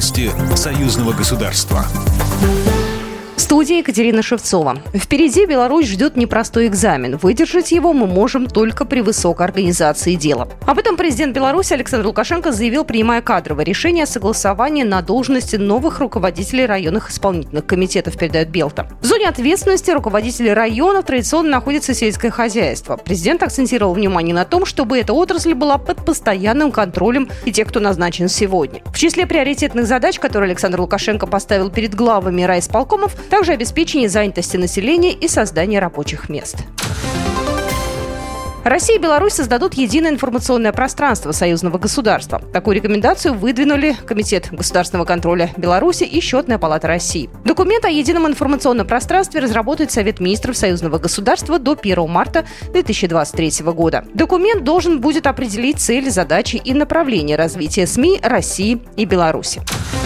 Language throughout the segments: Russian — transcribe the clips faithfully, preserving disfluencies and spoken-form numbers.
Новости союзного государства. В студии Екатерина Шевцова. Впереди Беларусь ждет непростой экзамен. Выдержать его мы можем только при высокой организации дела. Об этом президент Беларуси Александр Лукашенко заявил, принимая кадровое решение о согласовании на должности новых руководителей районных исполнительных комитетов, передает Белта. В зоне ответственности руководителей районов традиционно находится сельское хозяйство. Президент акцентировал внимание на том, чтобы эта отрасль была под постоянным контролем и тех, кто назначен сегодня. В числе приоритетных задач, которые Александр Лукашенко поставил перед главами райисполкомов, также обеспечение занятости населения и создание рабочих мест. Россия и Беларусь создадут единое информационное пространство союзного государства. Такую рекомендацию выдвинули Комитет государственного контроля Беларуси и Счетная палата России. Документ о едином информационном пространстве разработает Совет министров союзного государства до первого марта две тысячи двадцать третьего года. Документ должен будет определить цели, задачи и направления развития СМИ России и Беларуси.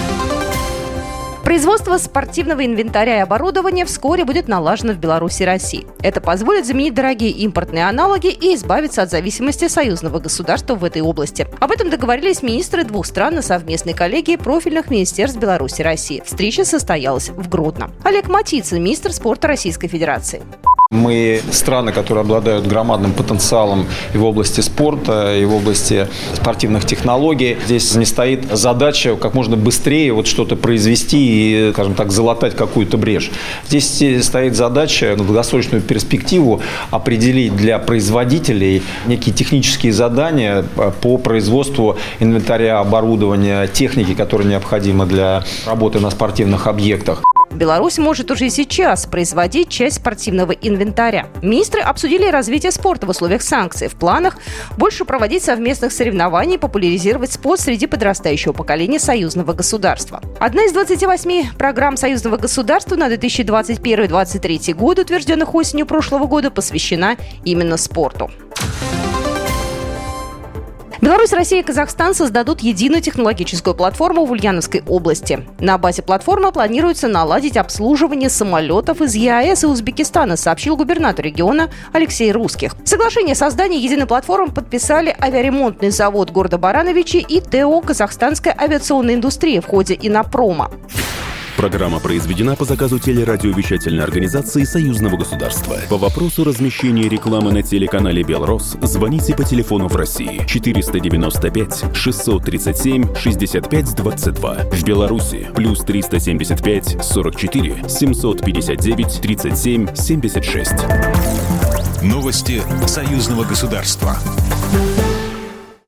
Производство спортивного инвентаря и оборудования вскоре будет налажено в Беларуси и России. Это позволит заменить дорогие импортные аналоги и избавиться от зависимости союзного государства в этой области. Об этом договорились министры двух стран на совместной коллегии профильных министерств Беларуси и России. Встреча состоялась в Гродно. Олег Матицын, министр спорта Российской Федерации. Мы страны, которые обладают громадным потенциалом и в области спорта, и в области спортивных технологий. Здесь не стоит задача как можно быстрее вот что-то произвести и, скажем так, залатать какую-то брешь. Здесь стоит задача на долгосрочную перспективу определить для производителей некие технические задания по производству инвентаря, оборудования, техники, которые необходимы для работы на спортивных объектах. Беларусь может уже сейчас производить часть спортивного инвентаря. Министры обсудили развитие спорта в условиях санкций. В планах больше проводить совместных соревнований и популяризировать спорт среди подрастающего поколения союзного государства. Одна из двадцати восьми программ союзного государства на две тысячи двадцать первый — две тысячи двадцать третий годы, утвержденных осенью прошлого года, посвящена именно спорту. Беларусь, Россия и Казахстан создадут единую технологическую платформу в Ульяновской области. На базе платформы планируется наладить обслуживание самолетов из ЕАЭС и Узбекистана, сообщил губернатор региона Алексей Русских. Соглашение о создании единой платформы подписали авиаремонтный завод города Барановичи и ТО «Казахстанская авиационная индустрия» в ходе Иннопрома. Программа произведена по заказу телерадиовещательной организации союзного государства. По вопросу размещения рекламы на телеканале «Белрос» звоните по телефону в России четыреста девяносто пять шестьсот тридцать семь шестьдесят пять двадцать два. В Беларуси плюс триста семьдесят пять сорок четыре семьсот пятьдесят девять тридцать семь семьдесят шесть. Новости союзного государства.